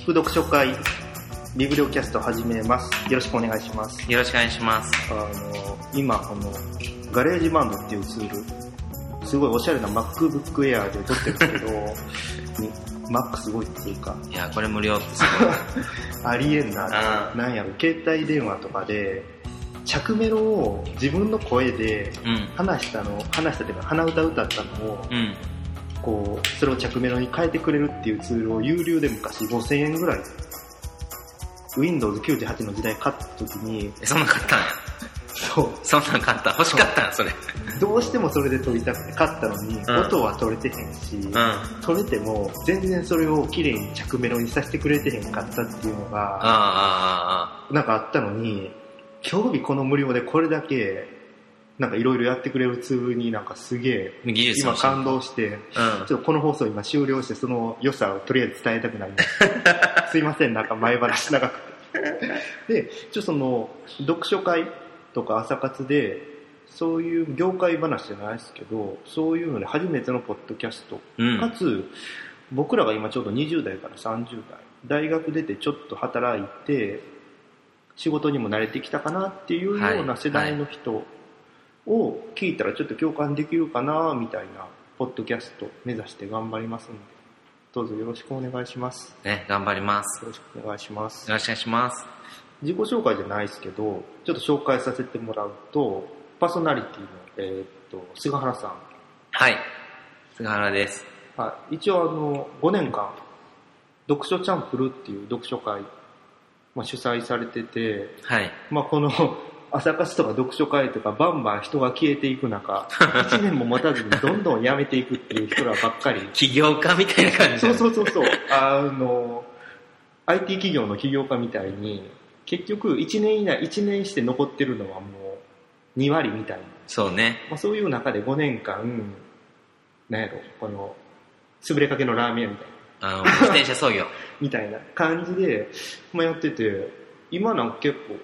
く読書会ビブリオキャスト始めます。よろしくお願いします。 よろしくお願いします。 今ガレージバンドっていうツール、すごいおしゃれな MacBook Air で撮ってるんですけどMac すごいっていうか、 いやこれ無料ってすごいありえんな。なんやろ、携帯電話とかで着メロを自分の声で話したというか鼻歌歌ったのを、こうそれを着メロに変えてくれるっていうツールを有料で昔5000円ぐらい Windows 98の時代買った時に、 そんなん買ったんや。そんなん買った。欲しかったんやそれ。 どうしてもそれで撮りたくて買ったのに、音は撮れてへんし、撮れても全然それを綺麗に着メロにさせてくれてへんかったっていうのがなんかあったのに、今日日この無料でこれだけなんかいろいろやってくれるツールになんかすげえ今感動して、ちょっとこの放送今終了してその良さをとりあえず伝えたくなりましたすいません、なんか前話長くてで、その読書会とか朝活でそういう業界話じゃないですけど、そういうので初めてのポッドキャスト、かつ僕らが今ちょうど20代から30代、大学出てちょっと働いて仕事にも慣れてきたかなっていうような世代の人を聞いたらちょっと共感できるかなみたいなポッドキャスト目指して頑張りますので、どうぞよろしくお願いします。 ね、頑張ります。 よろしくお願いします。 よろしくお願いします。 自己紹介じゃないですけど、ちょっと紹介させてもらうと、パーソナリティの、菅原さん。 はい、菅原です。 はい、一応5年間読書チャンプルっていう読書会、主催されてて、 はい、 この朝活とか読書会とかバンバン人が消えていく中1年も持たずにどんどん辞めていくっていう人らばっかり起業家みたいな感じ。 そうIT 企業の起業家みたいに結局1年して残ってるのはもう2割みたいな。 そうね、 そういう中で5年間なんやろ、この潰れかけのラーメン屋みたいな自転車操業みたいな感じで、やってて、今なんか結構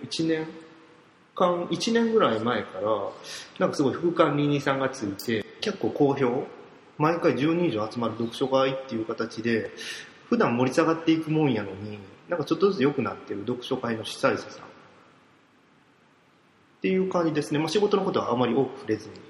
1年ぐらい前からなんかすごい副管理人さんがついて結構好評、毎回10人以上集まる読書会っていう形で普段盛り下がっていくもんやのに、なんかちょっとずつ良くなってる読書会の主催者さんっていう感じですね。仕事のことはあまり多く触れずに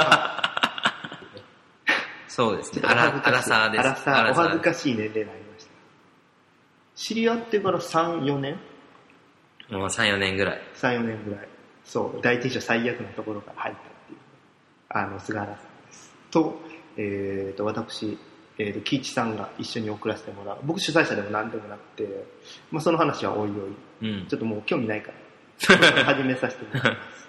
そうですね、アラサーです。 お恥ずかしい年齢になりました。知り合ってから3-4年、 もう3-4年ぐらい。 そう、第一印象最悪なところから入ったっていう、菅原さんですと、私、喜一さんが一緒に送らせてもらう。僕主催者でも何でもなくて、その話はおいおい、ちょっともう興味ないから始めさせてもらいます。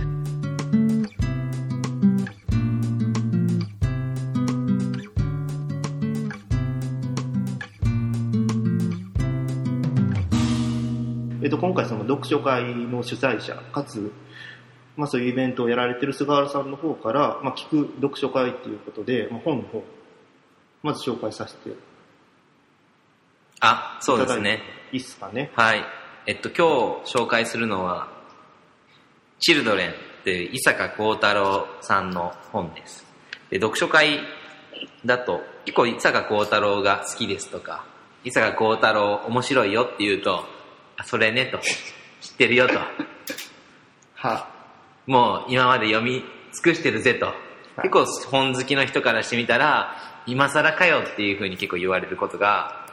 今回その読書会の主催者かつ、そういうイベントをやられてる菅原さんの方から、聞く読書会っていうことで、本の方まず紹介させてそうですね、 いいっすかね。 はい、今日紹介するのはチルドレンっていう伊坂幸太郎さんの本です。で、読書会だと結構伊坂幸太郎が好きですとか、伊坂幸太郎面白いよって言うと、それねと、知ってるよともう今まで読み尽くしてるぜと、結構本好きの人からしてみたら今更かよっていう風に結構言われることが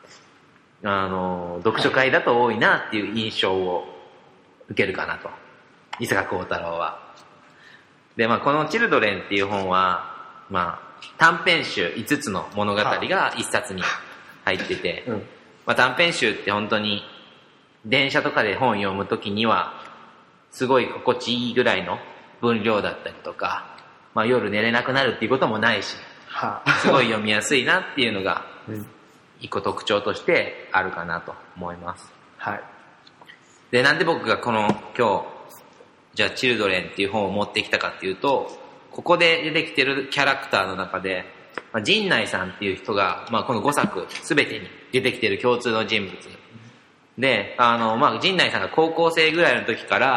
読書会だと多いなっていう印象を受けるかなと、伊坂幸太郎は。で、このチルドレンっていう本は短編集5つの物語が1冊に入ってて、短編集って本当に電車とかで本読むときにはすごい心地いいぐらいの分量だったりとか、夜寝れなくなるっていうこともないし、すごい読みやすいなっていうのが一個特徴としてあるかなと思います。で、なんで僕が今日じゃあチルドレンっていう本を持ってきたかっていうと、ここで出てきてるキャラクターの中で陣内さんっていう人が、この5作全てに出てきてる共通の人物で、陣内さんが高校生ぐらいの時から、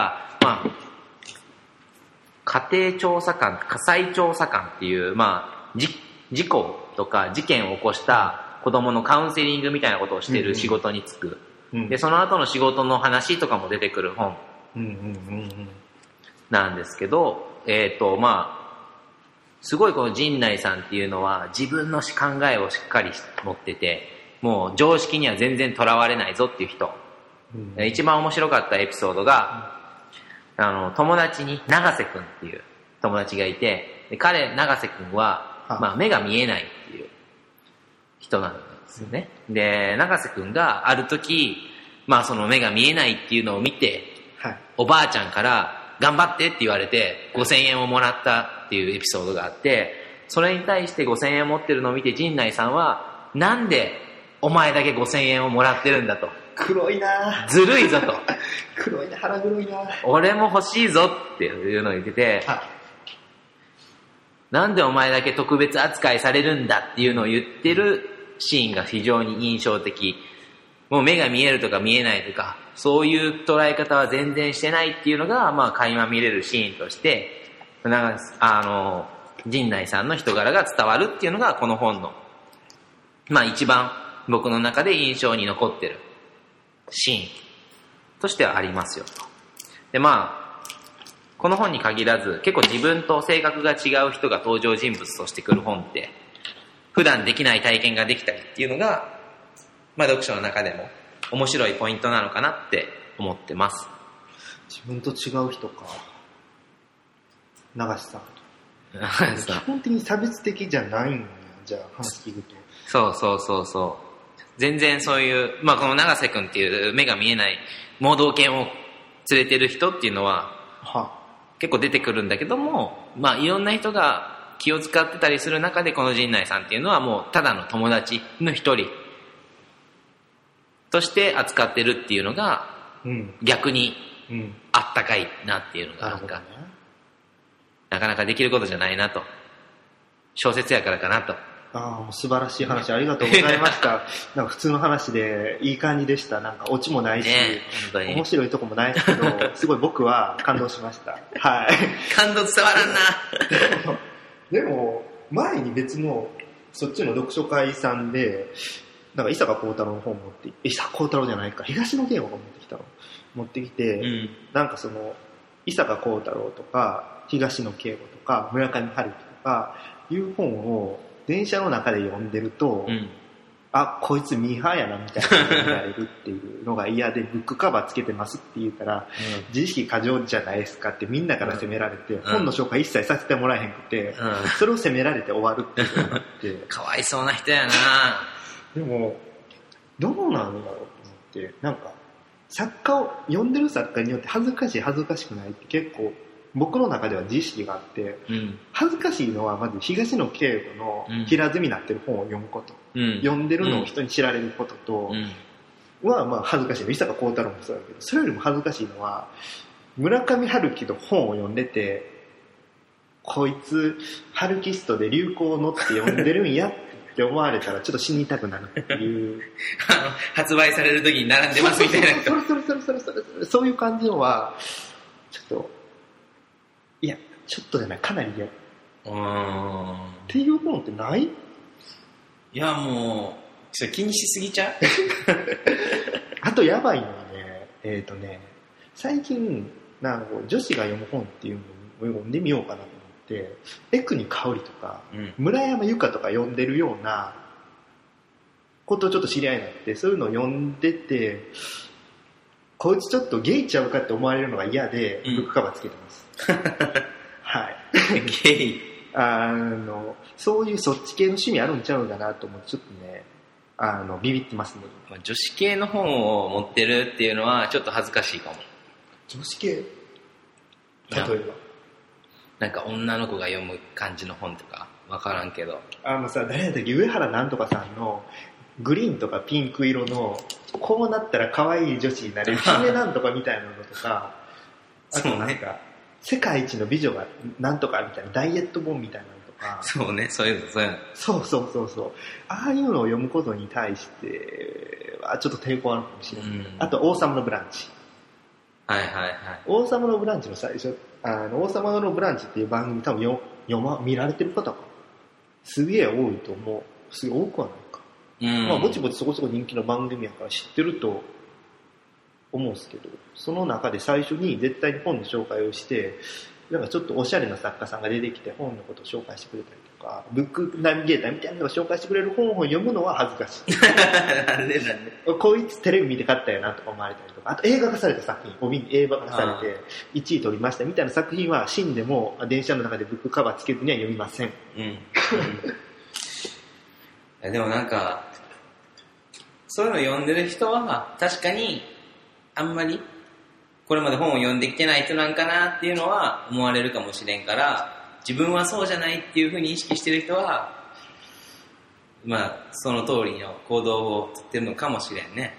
家庭調査官、火災調査官っていう、事故とか事件を起こした子供のカウンセリングみたいなことをしてる仕事に就く。で、その後の仕事の話とかも出てくる本なんですけど、すごいこの陣内さんっていうのは自分の考えをしっかり持ってて、もう常識には全然とらわれないぞっていう人。一番面白かったエピソードが、友達に永瀬くんっていう友達がいて、で永瀬くんは、目が見えないっていう人なんですよね。で、永瀬くんがある時、その目が見えないっていうのを見て、おばあちゃんから頑張ってって言われて5000円をもらったっていうエピソードがあって、それに対して5000円を持ってるのを見て陣内さんは、なんでお前だけ5000円をもらってるんだと。 黒いなずるいぞと。 黒いな、腹黒いな。 俺も欲しいぞっていうのを言ってて、なんでお前だけ特別扱いされるんだっていうのを言ってるシーンが非常に印象的。もう目が見えるとか見えないとか、そういう捉え方は全然してないっていうのが、垣間見れるシーンとして、陣内さんの人柄が伝わるっていうのがこの本の、一番僕の中で印象に残ってるシーンとしてはありますよと。で、この本に限らず、結構自分と性格が違う人が登場人物としてくる本って、普段できない体験ができたりっていうのが、読書の中でも面白いポイントなのかなって思ってます。 自分と違う人か。永瀬さん。基本的に差別的じゃないんや、じゃあ話聞くと。 そう。全然そういう、この永瀬くんっていう目が見えない盲導犬を連れてる人っていうのは、結構出てくるんだけども、いろんな人が気を使ってたりする中で、この陣内さんっていうのはもうただの友達の一人として扱ってるっていうのが、逆にあったかいなっていうのがなかなかできることじゃないなと。小説やからかなと。 もう素晴らしい話ありがとうございました。なんか普通の話でいい感じでした。なんかオチもないし、面白いとこもないですけど、すごい僕は感動しました。はい。 感動伝わらんな。 でも前に別のそっちの読書会さんで、なんか伊坂幸太郎の本持って伊坂幸太郎じゃないか、東野圭吾が持ってきて、なんかその伊坂幸太郎とか東野圭吾とか村上春樹とかいう本を電車の中で読んでると、こいつミーハーやなみたいなことになれるっていうのが嫌で、ブックカバーつけてますって言ったら、自意識過剰じゃないですかってみんなから責められて、本の紹介一切させてもらえへんくて、それを責められて終わるっていうのがあってかわいそうな人やな。 でもどうなんだろうと思って、なんか読んでる作家によって恥ずかしい恥ずかしくないって結構僕の中では自意識があって、恥ずかしいのはまず東野圭吾の平積みになってる本を読むこと、読んでるのを人に知られることとは恥ずかしいの。伊坂幸太郎もそうだけど、それよりも恥ずかしいのは村上春樹の本を読んでて、こいつ春キストで流行を乗って読んでるんやって思われたらちょっと死にたくなるっていう発売される時に並んでますみたいなそういう感じのはちょっと、いやちょっとじゃない、かなり嫌っていう本ってない？ いやもうそれ気にしすぎちゃうあとやばいのはね、最近なんか女子が読む本っていうのを読んでみようかなと思って、江国香織とか、村山由佳とか読んでるようなことをちょっと知り合いになって、そういうのを読んでて、こいつちょっとゲイちゃうかって思われるのが嫌でブックカバーつけてますはいゲイそういうそっち系の趣味あるんちゃうかなと思って、ちょっとねビビってますね。 女子系の本を持ってるっていうのはちょっと恥ずかしいかも。 女子系、例えばなんか女の子が読む感じの本とか分からんけど、 誰やったっけ、上原なんとかさんのグリーンとかピンク色のこうなったら可愛い女子になれる姫なんとかみたいなのとかあとなんか世界一の美女がなんとかみたいなダイエット本みたいなのとか、 そうね、そういうのそうああいうのを読むことに対してはちょっと抵抗あるかもしれない、あと王様のブランチ、王様のブランチの最初、王様のブランチっていう番組多分見られてる方がすげえ多いと思う。すげえ多くはないか。 まあぼちぼちそこそこ人気の番組やから知ってると思うんですけど、その中で最初に絶対に本の紹介をして、なんかちょっとおしゃれな作家さんが出てきて本のことを紹介してくれたりとか、ブックナビゲーターみたいなのを紹介してくれる本を読むのは恥ずかしい。なんでこいつテレビ見て買ったよなとか思われたりとか、あと映画化された作品を見に映画化されて1位取りましたみたいな作品は死んでも電車の中でブックカバーつけずには読みません。 でもなんかそういうの読んでる人は確かにあんまりこれまで本を読んできてない人なんかなっていうのは思われるかもしれんから、自分はそうじゃないっていうふうに意識してる人はまあその通りの行動をとってるのかもしれんね。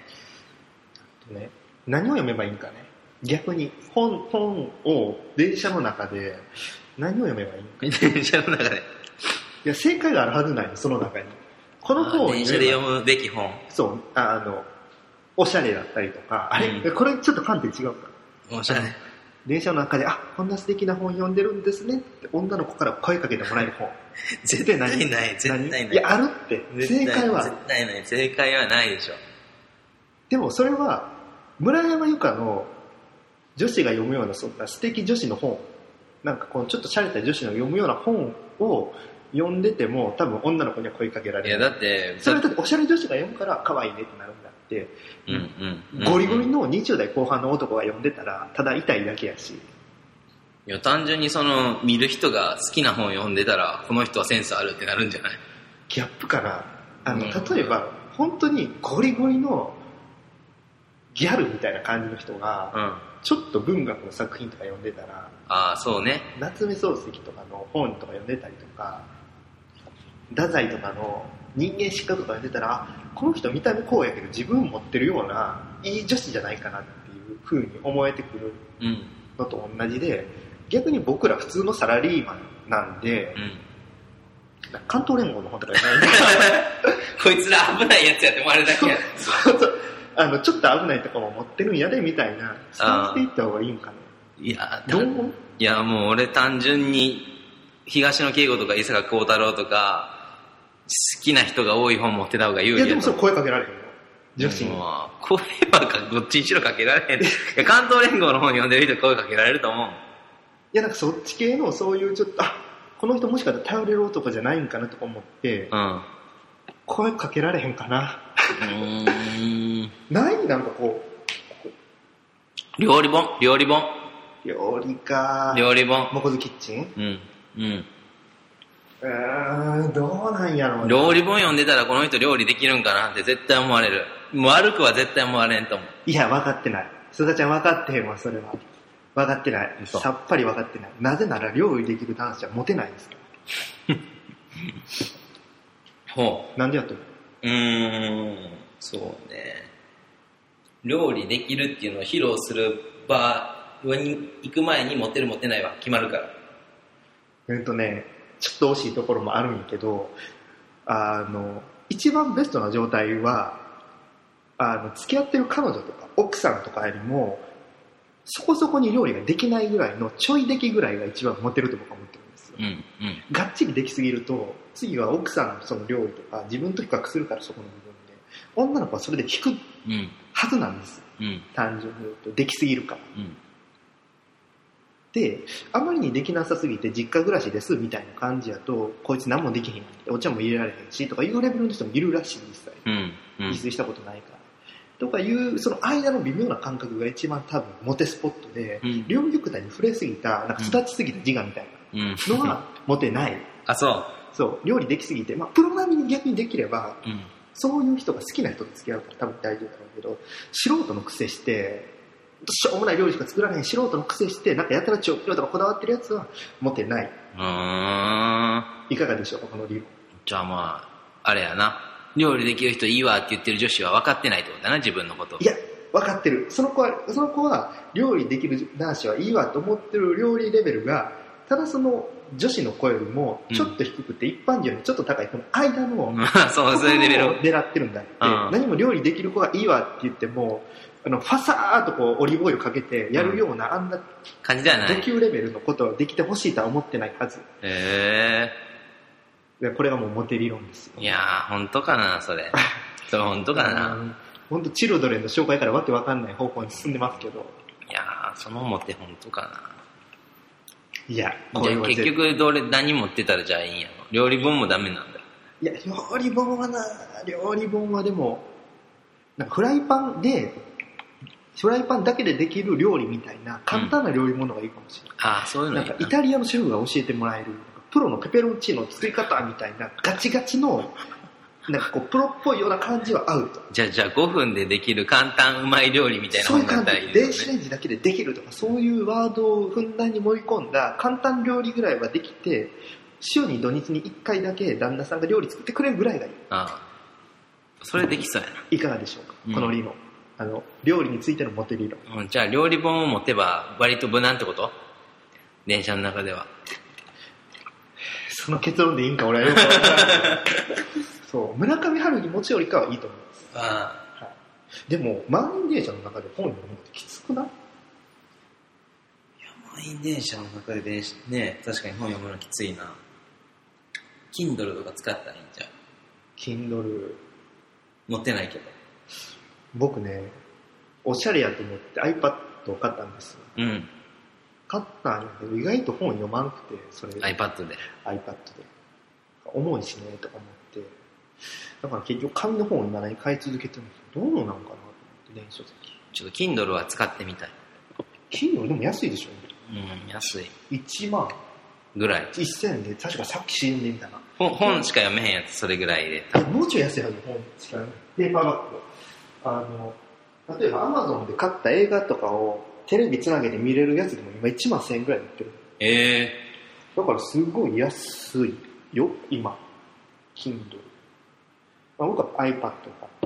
何を読めばいいんかね。逆に本を電車の中で何を読めばいいんか。 電車の中でいや正解があるはずないの、その中に。この本を電車で読むべき本。 そう、おしゃれだったりとか、あれ、これちょっと観点違うか。 おしゃれ。 電車の中で、こんな素敵な本読んでるんですねって女の子から声かけてもらえる本。 絶対ない。絶対ない。 いや、あるって。正解は。 絶対ない。正解はないでしょ。 でもそれは、村山由佳の女子が読むような、そんな素敵女子の本、なんかこうちょっと洒落た女子の読むような本を読んでても、多分女の子には声かけられる。 いや、だって、 それはだっておしゃれ女子が読むから可愛いねってなるんだって、ゴリゴリの20代後半の男が読んでたら、ただ痛いだけやし。 いや、単純にその、見る人が好きな本を読んでたら、この人はセンスあるってなるんじゃない？ ギャップかな。例えば、本当にゴリゴリのギャルみたいな感じの人が、ちょっと文学の作品とか読んでたら、 そうね。 夏目漱石とかの本とか読んでたりとか、太宰とかの人間失格とか読んでたら、この人見た目こうやけど自分持ってるようないい女子じゃないかなっていう風に思えてくるのと同じで、逆に僕ら普通のサラリーマンなんで、関東連合の本とか読んでないこいつら危ないやつやって思われるだけや。 そうそう。ちょっと危ないとかも持ってるんやでみたいなスタンスでいった方がいいんかな。 いや、 どう思う？ いや、もう俺単純に東野圭吾とか伊坂幸太郎とか好きな人が多い本持ってた方が有利やと。 いやでもそれ声かけられへんよ、女子に。 声はどっちにしろかけられへん。関東連合の本読んでる人声かけられると思う。いやなんかそっち系のそういうちょっとこの人もしかしたら頼れる男じゃないんかなとか思って、声かけられへんかな。ないなんかこう料理本料理か。 料理本モコズキッチン。どうなんやろう、 料理本読んでたらこの人料理できるんかなって絶対思われる。悪くは絶対思われんと思う。 いや分かってない。すがちゃん分かってへんわ。それは分かってない。さっぱり分かってない。なぜなら料理できる男子はモテないんですからほう。 なんでやと思う？ そうね。料理できるっていうのを披露する場に行く前にモテるモテないは決まるから。 ちょっと惜しいところもあるんやけど、一番ベストな状態は、付き合ってる彼女とか奥さんとかよりも、そこそこに料理ができないぐらいのちょいできぐらいが一番モテると僕は思ってるんですよ。がっちりできすぎると、次は奥さんのその料理とか自分と比較するから、そこの部分で。女の子はそれで引くはずなんです。単純に言うと、できすぎるから。で、あまりにできなさすぎて実家暮らしですみたいな感じやと、こいつ何もできへんってお茶も入れられへんしとかいうレベルの人もいるらしい、実際。自炊したことないから。とかいう、その間の微妙な感覚が一番多分モテスポットで、両極端に触れすぎた、なんか育ちすぎた自我みたいなのはモテない。そう、料理できすぎて、プロ並みに逆にできれば、そういう人が好きな人と付き合うから多分大丈夫だろうけど、素人の癖して、しょうもない料理しか作らない素人の癖してなんかやたら調味料とかこだわってるやつはモテない。いかがでしょうか、この理由。 じゃああれやな、料理できる人いいわって言ってる女子は分かってないってことだな、自分のこと。 いや分かってる。その子は料理できる男子はいいわと思ってる料理レベルが、ただその女子の子よりもちょっと低くて、一般人よりちょっと高いこの間のそういうレベルを狙ってるんだって。何も料理できる子がいいわって言っても、ファサーっとこうオリーブオイルかけてやるような、あんな感じではない。 ド級レベルのことはできてほしいとは思ってないはず。 でこれがもうモテ理論ですよ。 いやー、本当かな、それ。それ本当かな。 本当チルドレンの紹介からわけわかんない方向に進んでますけど。 いやー、そのモテ本当かな。 いや、 これは結局何持ってたらじゃあいいんやろ。料理本もダメなんだ。 いや、料理本はでも、なんかフライパンだけでできる料理みたいな簡単な料理物がいいかもしれない。 ああ、そういうのいいな。 なんかイタリアのシェフが教えてもらえる、プロのペペロンチーノの作り方みたいなガチガチの、なんかこうプロっぽいような感じは合うと。 じゃあ5分でできる簡単うまい料理みたいな本だったらいいですね。 電子レンジだけでできるとか、そういうワードをふんだんに盛り込んだ簡単料理ぐらいはできて、週に土日に1回だけ旦那さんが料理作ってくれるぐらいがいい。 ああ、それできそうやな。 いかがでしょうか、この理論。料理についてのモテ理論。 じゃあ料理本を持てば割と無難ってこと？電車の中では。 その結論でいいんか俺はよくわからない。そう、村上春樹持ちよりかはいいと思います。 ああ、 はい、でも満員電車の中で本読むのってきつくない？いや、 満員電車の中でね、確かに本読むのきついな。Kindle とか使ったらいいんじゃん。 Kindle 持ってないけど。 僕ね、おしゃれやと思って iPad を買ったんですよ。 うん。 買ったんやけど意外と本読まなくて、それ iPad で重いしねとか思って、だから結局紙の本を今何買い続けてるんですよ。どうなのかなと思って電子書籍。 ちょっと Kindle は使ってみたい。 Kindle でも安いでしょ。 うん、安い。 1万ぐらい。 1000円で、確かさっき CM で見たな。 本しか読めへんやつ、それぐらいで。 もうちょい安いはず、本しかペーパーバッグ。例えば Amazon で買った映画とかをテレビつなげて見れるやつでも今1万1000円ぐらいで売ってる。だからすごい安いよ、今。Kindle。僕は iPad を買って、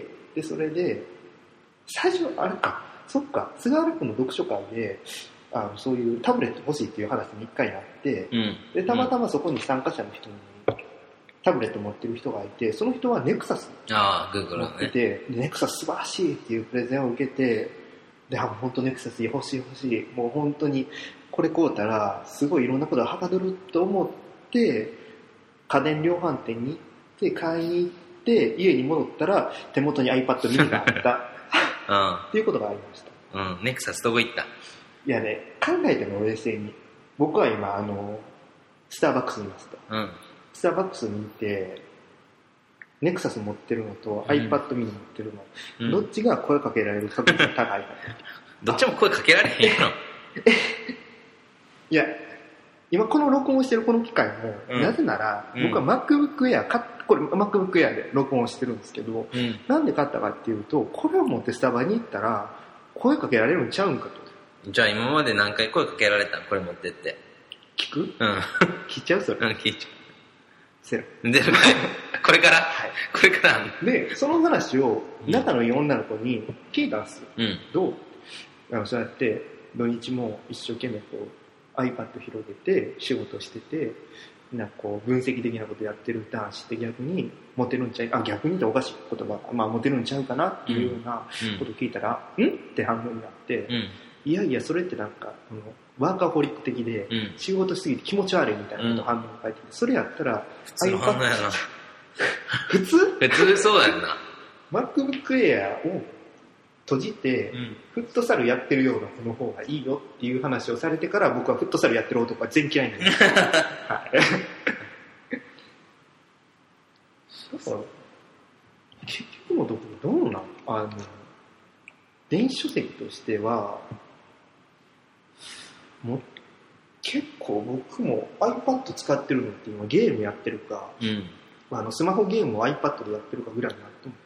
で、それで、最初、あれか、そっか、菅原君の読書会で、そういうタブレット欲しいっていう話に一回なって、 うん、 で、たまたまそこに参加者の人に、タブレット持ってる人がいて、その人はネクサス持ってて、ネクサス素晴らしいっていうプレゼンを受けて、で、本当ネクサス欲しい、もう本当にこれ買うたらすごいいろんなことがはかどると思って、家電量販店に行って買いに行って家に戻ったら手元に iPad mini があったっていうことがありました。 うん、ネクサスどこ行った？ いやね、考えても冷静に。僕は今スターバックスにいますと。スターバックスにいて、ネクサス持ってるのと iPad mini 持ってるの、どっちが声かけられる確率が高いかどっちも声かけられへんやろ。 いや、今この録音してるこの機械も、なぜなら、僕は MacBook Air、これ MacBook Air で録音してるんですけど、なんで買ったかっていうと、これを持ってスタバに行ったら、声かけられるんちゃうんかと。 じゃあ今まで何回声かけられたの？これ持ってって。 聞く？聞いちゃうそれ。 聞いちゃう。 ゼロ。 これから、 はい、 これから。 で、その話を仲のいい女の子に聞いたんですよ。どう？そうやって土日も一生懸命こう iPad 広げて仕事してて、なんかこう分析的なことやってる男子って逆にモテるんちゃう？逆にっておかしい言葉、モテるんちゃうかなっていうようなことを聞いたら、んって反応になって、いやいやそれってなんかワーカーホリック的で、仕事しすぎて気持ち悪いみたいなことを反応に書いてて、それやったら普通の反応やな。 普通そうやんな。 MacBook Air を閉じて、フットサルやってるような子の方がいいよっていう話をされてから、僕はフットサルやってる男は全嫌いなんです。はい。だから結局のところどうなん？電子書籍としては結構僕も iPad 使ってるのって今ゲームやってるか、スマホゲームを iPad でやってるかぐらいになると思って。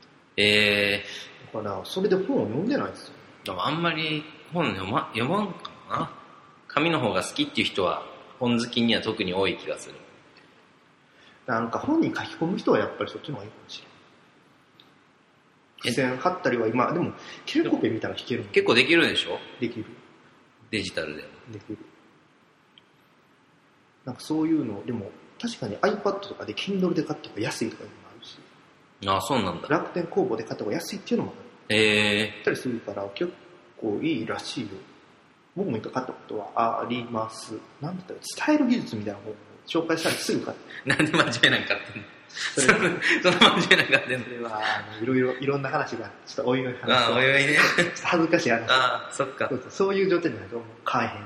だからそれで本を読んでないですよ。 でもあんまり本読まんかもな。紙の方が好きっていう人は本好きには特に多い気がする。 なんか本に書き込む人はやっぱりそっちの方がいいかもしれない。付箋貼ったりは今でもケルコペ見たら弾ける。 結構できるでしょ？できる。デジタルでもできる。なんかそういうのでも確かに iPad とかで Kindle で買った方が安いとかいうのもあるし。 ああ、そうなんだ。 楽天工房で買った方が安いっていうのもある。たりするから結構いいらしいよ。僕も一回買ったことはあります。なんだったら伝える技術みたいな本を紹介したらすぐ買って。 なんで真面目なんかってんの？その真面目なんかってんの？ それはいろんな話が、ちょっとおいおい話す。 おいおいね。 ちょっと恥ずかしい話。 そっか。 そういう状態になると、もう買えへんっていう。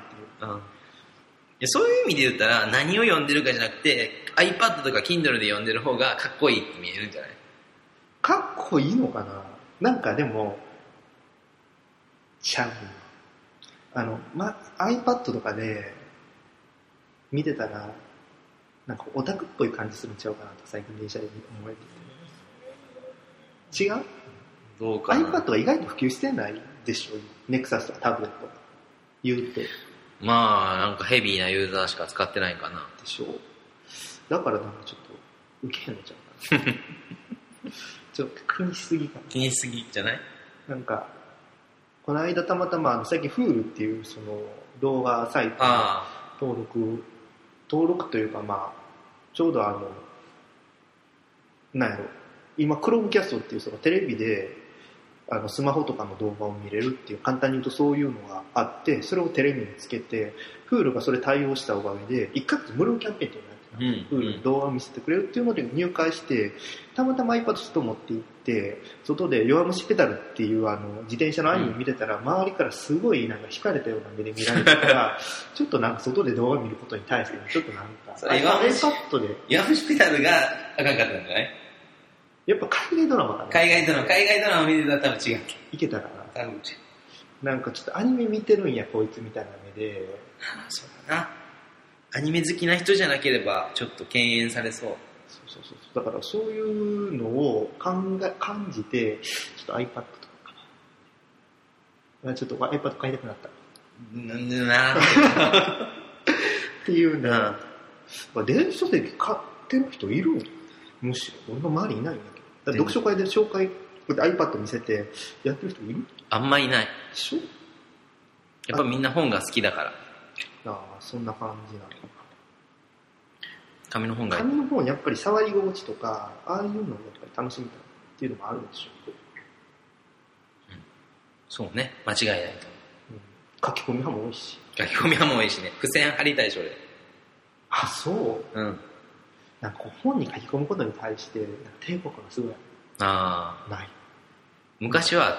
そういう意味で言ったら、何を読んでるかじゃなくて、iPad とか Kindle で読んでる方がかっこいいって見えるんじゃない？ かっこいいのかな？なんかでも、ちゃう。iPad とかで見てたら、なんかオタクっぽい感じするんちゃうかなと最近電車で思えてて。違う？ どうかな。 iPad は意外と普及してないでしょ。ネクサスとかタブレット言うて。 まあなんかヘビーなユーザーしか使ってないかな。 でしょ。だからなんかちょっと受けへんのちゃうかな。ちょっと気にしすぎかな。 気にしすぎじゃない？ なんかこの間たまたま最近 Hulu っていうその動画サイトの登録というかちょうどなんやろ今 Chromecast っていうそのテレビでスマホとかの動画を見れるっていう簡単に言うとそういうのがあってそれをテレビにつけて Hulu がそれ対応したおかげで1ヶ月無料キャンペーンっていうのをやってた、Hulu の動画を見せてくれるっていうので入会してたまたま iPad ちょっと持って行って外で弱虫ペダルっていう自転車のアニメ見てたら周りからすごいなんか惹かれたような目で見られたからちょっとなんか外で動画見ることに対してちょっとなんか iPad で弱虫ペダルがあかんかったんじゃない？ やっぱ海外ドラマかな。 海外ドラマ見てたら多分違う。 いけたかな。 多分違う。 なんかちょっとアニメ見てるんやこいつみたいな目で。 そうだな。アニメ好きな人じゃなければちょっと敬遠されそう。 そうだからそういうのを感じてちょっと iPad とかかな。ちょっと iPad 買いたくなった。 なんでなっていうね。電子書籍買ってる人いるの？むしろ俺の周りいないんだけど。読書会で紹介 iPad 見せてやってる人いる？ あんまいない。 でしょ？ やっぱみんな本が好きだから。 そんな感じなのかな。 紙の本がいい。 紙の本やっぱり触り心地とかああいうのをやっぱり楽しみたいっていうのもあるんでしょう。 そうね、間違いないと。 書き込み派も多いし。 書き込み派も多いしね。付箋貼りたいし俺。 あ、そう。なんか本に書き込むことに対して抵抗感がすごいない。 昔はあった。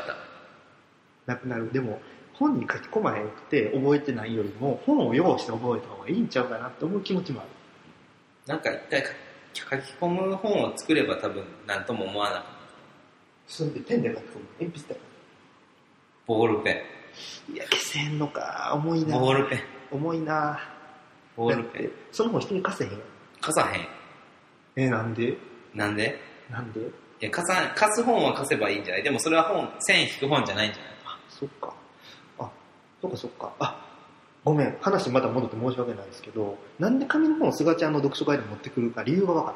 なくなる。でも本に書き込まへんくて覚えてないよりも本を用意して覚えた方がいいんちゃうかなって思う気持ちもある。 なんか一回書き込む本を作れば多分何とも思わなかった。 それでペンで書き込む。鉛筆で。 ボールペン。いや消せんのか。重いな。 ボールペン。 重いな。 ボールペン。 その本人に貸せへん。 貸さへん。 なんで？ なんで？いや貸す本は貸せばいいんじゃない？でもそれは線引く本じゃないんじゃない？ そっか。ごめん、話また戻って申し訳ないですけど、なんで紙の本を菅ちゃんの読書会で持ってくるか理由が分かった。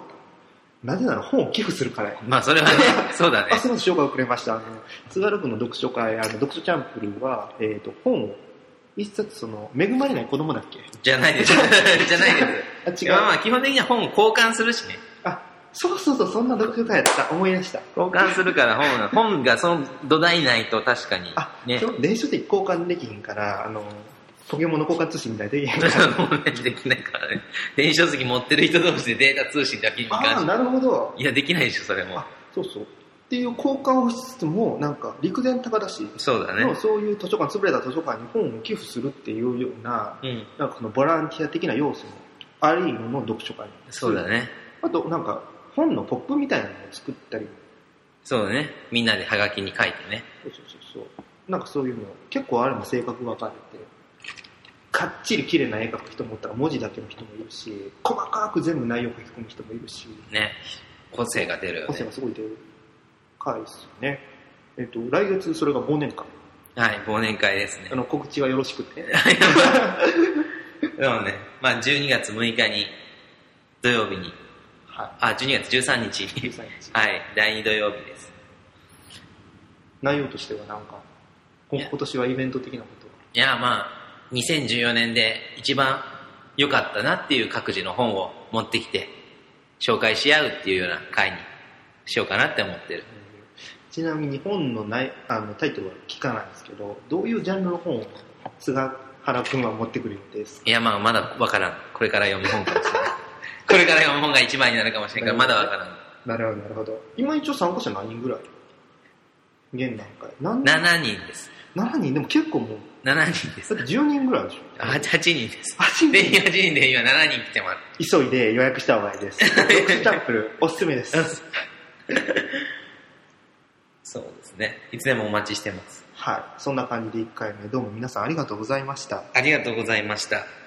なぜなら本を寄付するからや。 まあそれはね、そうだね。 すみません、紹介をくれました。津軽区の読書会、読書チャンプルーは、本を一冊恵まれない子供だっけ？ じゃないです。じゃないです。違う。まあ基本的には本を交換するしね。 そう、そんな読書会やった。思い出した。 交換するから本がその土台ないと確かに。 ね。電子書籍交換できへんから、ポケモンの交換通信みたいでできへんから。 できないからね。電子書籍持ってる人同士でデータ通信だけに関して。 なるほど。 いや、できないでしょ、それも。 そう。っていう交換をしつつも、なんか、陸前高田市そうだね。 そういう潰れた図書館に本を寄付するっていうような、なんかボランティア的な要素もありの読書会なんです。 そうだね。 あと、なんか、本のポップみたいなのを作ったり。 そうだね。みんなでハガキに書いてね。 そう。なんかそういうの、結構あれも性格分かれて、かっちり綺麗な絵描く人もいたら文字だけの人もいるし、細かく全部内容書き込む人もいるし。 ね。個性が出るよね。 個性がすごい出る回ですよね。来月それが忘年会。 はい、忘年会ですね。 告知はよろしくて。 でもね、まあ12月6日に土曜日に、12月13日に、はい、第2土曜日です。 内容としてはなんか、今年はイベント的なことは？ いや、まあ、2014年で一番良かったなっていう各自の本を持ってきて、紹介し合うっていうような会にしようかなって思ってる。 ちなみに本のタイトルは聞かないんですけど、どういうジャンルの本を菅原くんは持ってくる予定ですか？ いや、まあまだわからん。これから読む本かもしれない。 これから読む本が一番になるかもしれんからまだわからん。 なるほどなるほど。今一応参加者何人ぐらい？現段階 7人です。 7人でも結構もう 7人です。 だって10人ぐらいでしょ。 8人です。 8人で8人で今7人来てます。 急いで予約した方がいいです。6スタンプルおすすめです。 そうですね。いつでもお待ちしてます。 はい。そんな感じで1回目どうも皆さんありがとうございました。 ありがとうございました。